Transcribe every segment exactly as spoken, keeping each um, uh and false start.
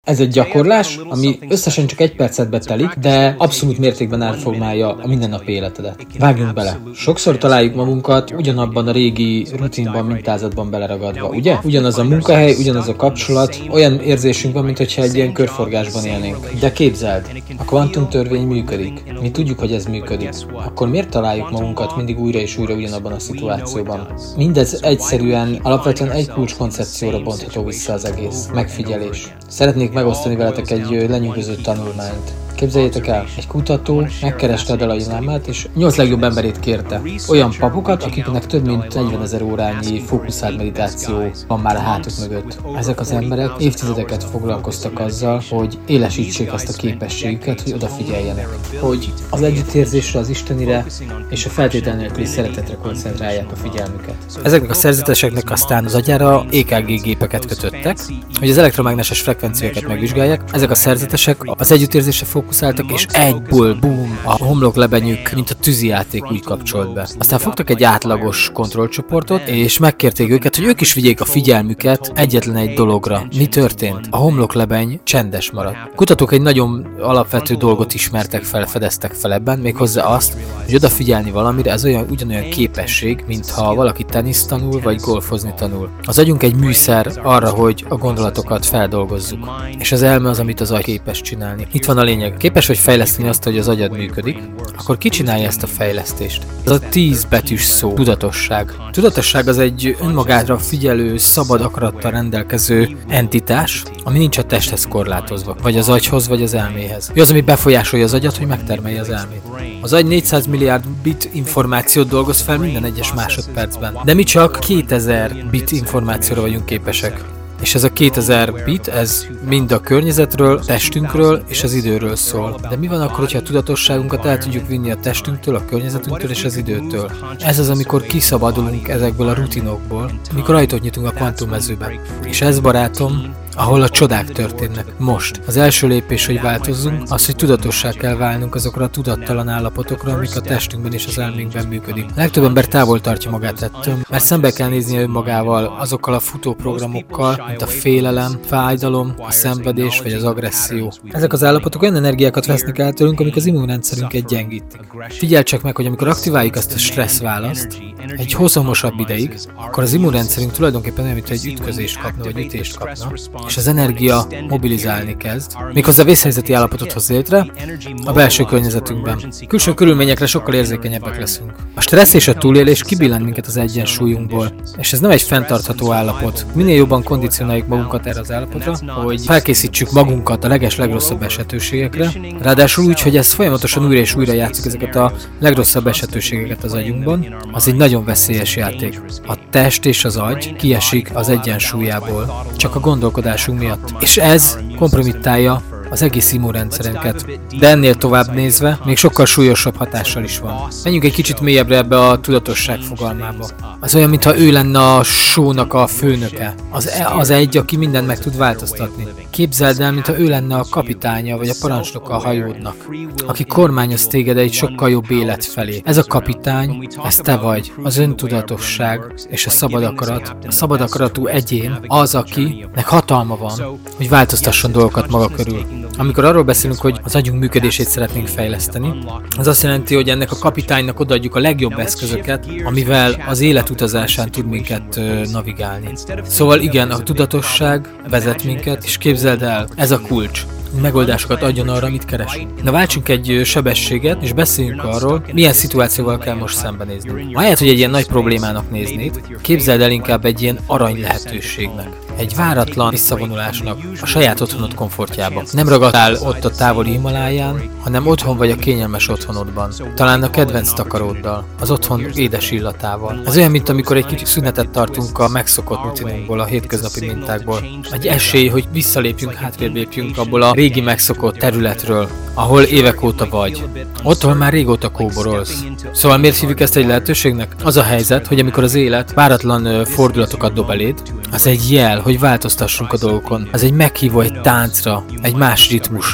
Ez egy gyakorlás, ami összesen csak egy percet betelik, de abszolút mértékben átformálja a mindennapi életedet. Vágjunk bele. Sokszor találjuk magunkat ugyanabban a régi rutinban, mintázatban beleragadva, ugye? Ugyanaz a munkahely, ugyanaz a kapcsolat, olyan érzésünk van, mintha egy ilyen körforgásban élnénk. De képzeld, a kvantumtörvény működik. Mi tudjuk, hogy ez működik. Akkor miért találjuk magunkat mindig újra és újra ugyanabban a szituációban? Mindez egyszerűen, alapvetően egy kulcskoncepcióra bontható vissza az egész. Megfigyelés. Szeretnék megosztani veletek egy lenyűgöző tanulmányt. Képzeljétek el, egy kutató megkereste a Dalai Lámát, és nyolc legjobb emberét kérte. Olyan papokat, akiknek több mint negyvenezer órányi fókuszált meditáció van már a hátuk mögött. Ezek az emberek évtizedeket foglalkoztak azzal, hogy élesítsék azt a képességüket, hogy odafigyeljenek. Hogy az együttérzésre, az istenire és a feltétel nélküli szeretetre koncentrálják a figyelmüket. Ezeknek a szerzeteseknek aztán az agyára é ká gé gépeket kötöttek, hogy az elektromágneses frekvenciákat megvizsgálják. Ezek a szerzetesek az együttérzésre fókuszáltak, és egyből, boom, a homloklebenyük, mint a tűzijáték úgy kapcsolt be. Aztán fogtak egy átlagos kontrollcsoportot, és megkérték őket, hogy ők is vigyék a figyelmüket egyetlen egy dologra. Mi történt? A homloklebeny csendes maradt. Kutatók egy nagyon alapvető dolgot ismertek fel, fedeztek fel ebben, méghozzá azt, hogy odafigyelni valamire, ez olyan ugyanolyan képesség, mintha valaki tenisz tanul, vagy golfozni tanul. Az agyunk egy műszer arra, hogy a gondolatokat feldolgozzuk. És az elme az, amit az agy képes csinálni. Itt van a lényeg. Képes vagy fejleszteni azt, hogy az agyad működik, akkor ki csinálja ezt a fejlesztést? Ez a tíz betűs szó, tudatosság. Tudatosság az egy önmagára figyelő, szabad akarattal rendelkező entitás, ami nincs a testhez korlátozva, vagy az agyhoz, vagy az elméhez. Ő az, ami befolyásolja az agyat, hogy megtermelje az elmét. Az agy négyszáz milliárd bit információt dolgoz fel minden egyes másodpercben, de mi csak kétezer bit információra vagyunk képesek. És ez a kétezer bit, ez mind a környezetről, testünkről és az időről szól. De mi van akkor, hogyha a tudatosságunkat el tudjuk vinni a testünktől, a környezetünktől és az időtől? Ez az, amikor kiszabadulunk ezekből a rutinokból, amikor ajtót nyitunk a kvantummezőbe. És ez, barátom, ahol a csodák történnek. Most. Az első lépés, hogy változzunk, az, hogy tudatossá kell válnunk azokra a tudattalan állapotokra, amik a testünkben és az elménkben működik. A legtöbb ember távol tartja magát ettől, mert szembe kell néznie önmagával azokkal a futóprogramokkal, mint a félelem, fájdalom, a szenvedés vagy az agresszió. Ezek az állapotok olyan energiákat vesznek el tőlünk, amik az immunrendszerünket gyengítik. Figyelj csak meg, hogy amikor aktiváljuk ezt a stressz választ, egy hosszamosabb ideig, akkor az immunrendszerünk tulajdonképpen olyan, mintha egy ütközést kapna, vagy ütést kapna, és az energia mobilizálni kezd, méghozzá vészhelyzeti állapotot hoz létre a belső környezetünkben. Külső körülményekre sokkal érzékenyebbek leszünk. A stressz és a túlélés kibillent minket az egyensúlyunkból, és ez nem egy fenntartható állapot. Minél jobban kondicionáljuk magunkat erre az állapotra, hogy felkészítsük magunkat a leges legrosszabb esetőségekre, ráadásul úgy, hogy ez folyamatosan újra és újra játszik ezeket a legrosszabb esetőségeket az agyunkban, az egy nagyon veszélyes játék. A test és az agy kiesik az egyensúlyából, csak a gondolkodásunk miatt. És ez kompromittálja az egész immunrendszerünket. De ennél tovább nézve, még sokkal súlyosabb hatással is van. Menjünk egy kicsit mélyebbre ebbe a tudatosság fogalmába. Az olyan, mintha ő lenne a sónak a főnöke. Az, az egy, aki mindent meg tud változtatni. Képzeld el, mintha ő lenne a kapitánya, vagy a parancsnoka a hajódnak, aki kormányoz téged egy sokkal jobb élet felé. Ez a kapitány, ez te vagy, az öntudatosság és a szabad akarat. A szabad akaratú egyén az, akinek hatalma van, hogy változtasson dolgokat maga körül. Amikor arról beszélünk, hogy az agyunk működését szeretnénk fejleszteni, az azt jelenti, hogy ennek a kapitánynak odaadjuk a legjobb eszközöket, amivel az élet utazásán tud minket ö, navigálni. Szóval igen, a tudatosság vezet minket, és képzeld el, ez a kulcs. Megoldásokat adjon arra, amit keresünk. Na, váltsunk egy sebességet, és beszéljünk arról, milyen szituációval kell most szembenézni. Ahelyett, hogy egy ilyen nagy problémának néznéd, képzeld el inkább egy ilyen arany lehetőségnek. Egy váratlan visszavonulásnak a saját otthonod komfortjába. Nem ragadtál ott a távoli Himaláján, hanem otthon vagy a kényelmes otthonodban. Talán a kedvenc takaróddal, az otthon édes illatával. Ez olyan, mint amikor egy kicsit szünetet tartunk a megszokott rutinunkból, a hétköznapi mintákból. Egy esély, hogy visszalépjünk, hátrébb lépjünk abból a régi megszokott területről, ahol évek óta vagy. Otthon már régóta kóborolsz. Szóval miért hívjuk ezt egy lehetőségnek? Az a helyzet, hogy amikor az élet váratlan fordulatokat dob eléd, az egy jel, hogy változtassunk a dolgokon. Az egy meghívó egy táncra, egy más ritmusra.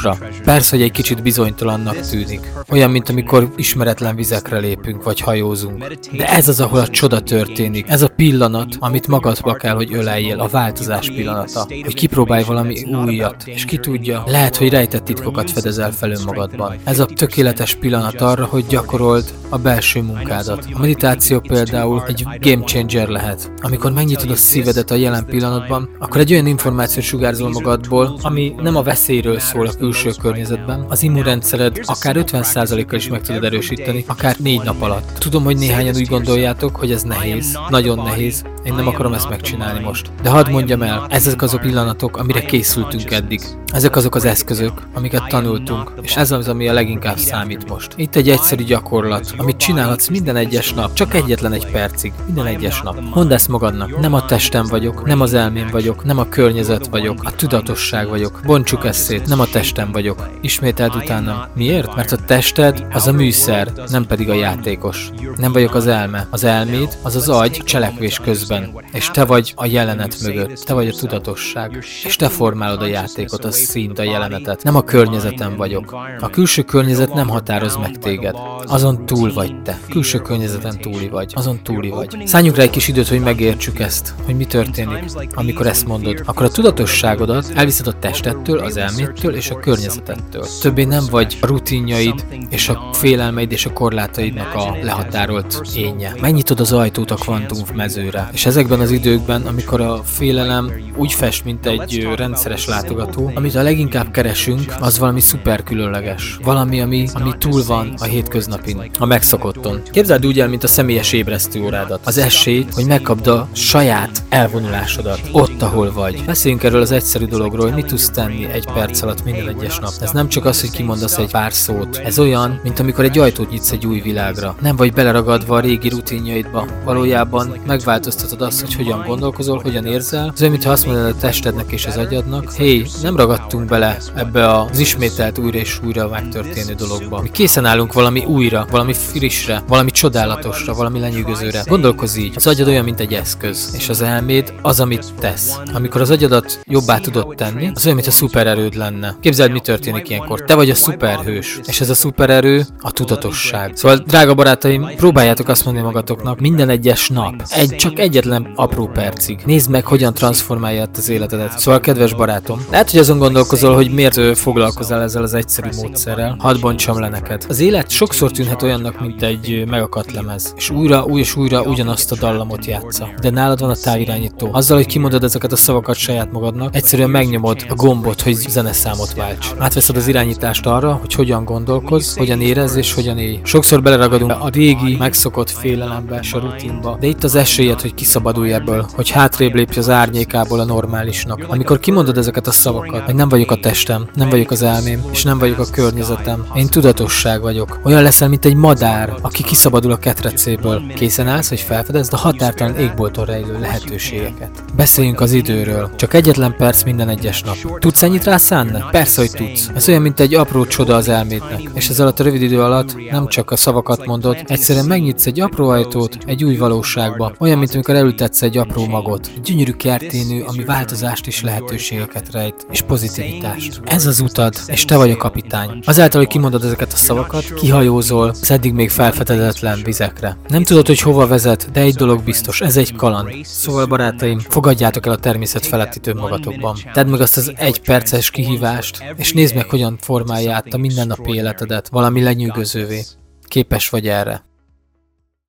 Persze, hogy egy kicsit bizonytalannak tűnik. Olyan, mint amikor ismeretlen vizekre lépünk, vagy hajózunk. De ez az, ahol a csoda történik. Ez a pillanat, amit magadba kell, hogy öleljél, a változás pillanata. Hogy kipróbálj valami újat, és ki tudja, lehet, hogy rejtett titkokat fedezel fel önmagadban. Ez a tökéletes pillanat arra, hogy gyakorold a belső munkádat. A meditáció például egy game changer lehet. Amikor megnyitod a szívedet a jelen pillanatban, akkor egy olyan információt sugárzol magadból, ami nem a veszélyről szól a külső környezetben. Az immunrendszered akár ötven százalékkal is meg tudod erősíteni, akár négy nap alatt. Tudom, hogy néhányan úgy gondoljátok, hogy ez nehéz, nagyon nehéz. Én nem akarom ezt megcsinálni most. De hadd mondjam el, ezek azok pillanatok, amire készültünk eddig. Ezek azok az eszközök, amiket tanultunk, és ez az, ami a leginkább számít most. Itt egy egyszerű gyakorlat, amit csinálhatsz minden egyes nap, csak egyetlen egy percig, minden egyes nap. Mondd ezt magadnak, nem a testem vagyok, nem az elmém vagyok, nem a környezet vagyok, a tudatosság vagyok. Bontsuk ezt szét, nem a testem vagyok. Ismételd utána. Miért? Mert a tested az a műszer, nem pedig a játékos. Nem vagyok az elme. Az elméd az az agy cselekvés közben, és te vagy a jelenet mögött, te vagy a tudatosság, és te formálod a játékot, a színt, a jelenetet. Nem a környezetem vagyok. A külső környezet nem határoz meg téged. Azon túl vagy te. Külső környezeten túli vagy. Azon túli vagy. Szálljunk rá egy kis időt, hogy megértsük ezt, hogy mi történik, amikor ezt mondod. Akkor a tudatosságodat elviszed a testettől, az elméttől és a környezetettől. Többé nem vagy a rutinjaid és a félelmeid és a korlátaidnak a lehatárolt énje. Megnyitod az ajtót a kvantum mezőre. És ezekben az időkben, amikor a félelem úgy fest, mint egy rendszeres látogató, amit a leginkább keresünk, az valami szuper különleges. Valami, ami, ami túl van a hétköznapin, a megszokotton. Képzeld úgy el, mint a személyes ébresztő órádat. Az esélyt, hogy megkapd a saját elvonulásodat, ott, ahol vagy. Beszéljünk erről az egyszerű dologról, hogy mit tudsz tenni egy perc alatt minden egyes nap. Ez nem csak az, hogy kimondasz egy pár szót. Ez olyan, mint amikor egy ajtót nyitsz egy új világra. Nem vagy beleragadva a régi rutinjaidba. Valójában megváltoztatod azt, hogy hogyan gondolkozol, hogyan érzel. Ez olyan, mintha azt mondod a testednek és az agyadnak, hé, nem ragadtunk bele ebbe az ismételt újra és újra megtörténő dologba. Mi készen állunk valami újra, valami frissre, valami csodálatosra, valami lenyűgözőre. Gondolkozz így, az agyad olyan, mint egy eszköz, és az elméd az, amit tesz. Amikor az agyadat jobbá tudod tenni, az olyan, mint a szupererőd lenne. Képzeld, mi történik ilyenkor. Te vagy a szuperhős, és ez a szupererő a tudatosság. Szóval, drága barátaim, próbáljátok azt mondani magatoknak minden egyes nap, egy, csak egyetlen apró percig. Nézd meg, hogyan transformálja az életedet. Szóval, kedves barátom, lehet, hogy azon gondolkozol, hogy miért foglalkozol ezzel az egyszerű módszerrel. Hadd bontsam le neked. Az élet sokszor tűnhet olyannak, mint egy megakadt lemez, és újra, új és újra ugyanazt a dallamot játsza. De nálad van a távirányító. Azzal, hogy kimondod ezeket a szavakat saját magadnak, egyszerűen megnyomod a gombot, hogy zeneszámot válts. Átveszed az irányítást arra, hogy hogyan gondolkozz, hogyan érezz és hogyan élj. Sokszor beleragadunk a régi, megszokott félelembe és a rutinba, de itt az esélyed, hogy kiszabadulj ebből, hogy hátrébb lépj az árnyékából a normálisnak. Amikor kimondod ezeket a szavakat, hogy nem vagyok a testem, nem vagyok az elmém, és nem vagyok a környezetem, én tudatosság vagyok. Olyan leszel, mint egy madár, aki kiszabadul a ketrecéből. Készen állsz, hogy felfedezd a határtalan égbolton rejlő lehetőségeket. Beszéljünk az időről. Csak egyetlen perc minden egyes nap. Tudsz ennyit rászánni? Persze, hogy tudsz. Ez olyan, mint egy apró csoda az elmédnek. És ez alatt a rövid idő alatt nem csak a szavakat mondod, egyszerűen megnyitsz egy apró ajtót egy új valóságba. Olyan, mint amikor elültetsz egy apró magot. Egy gyönyörű kerténő, ami változást és lehetőségeket rejt, és pozitivitást. Ez az utad, és te vagy a kapitány. Azáltal, hogy kimondod ezeket a szavakat, kihajózol az eddig még felfedezhetetlen vizekre. Nem tudod, hogy hova vezet, de egy dolog biztos, ez egy kaland. Szóval, barátaim, fogadjátok el a természet feletti magatokban. Tedd meg azt az egy perces kihívást, és nézd meg, hogyan formálja át a mindennapi életedet valami lenyűgözővé. Képes vagy erre.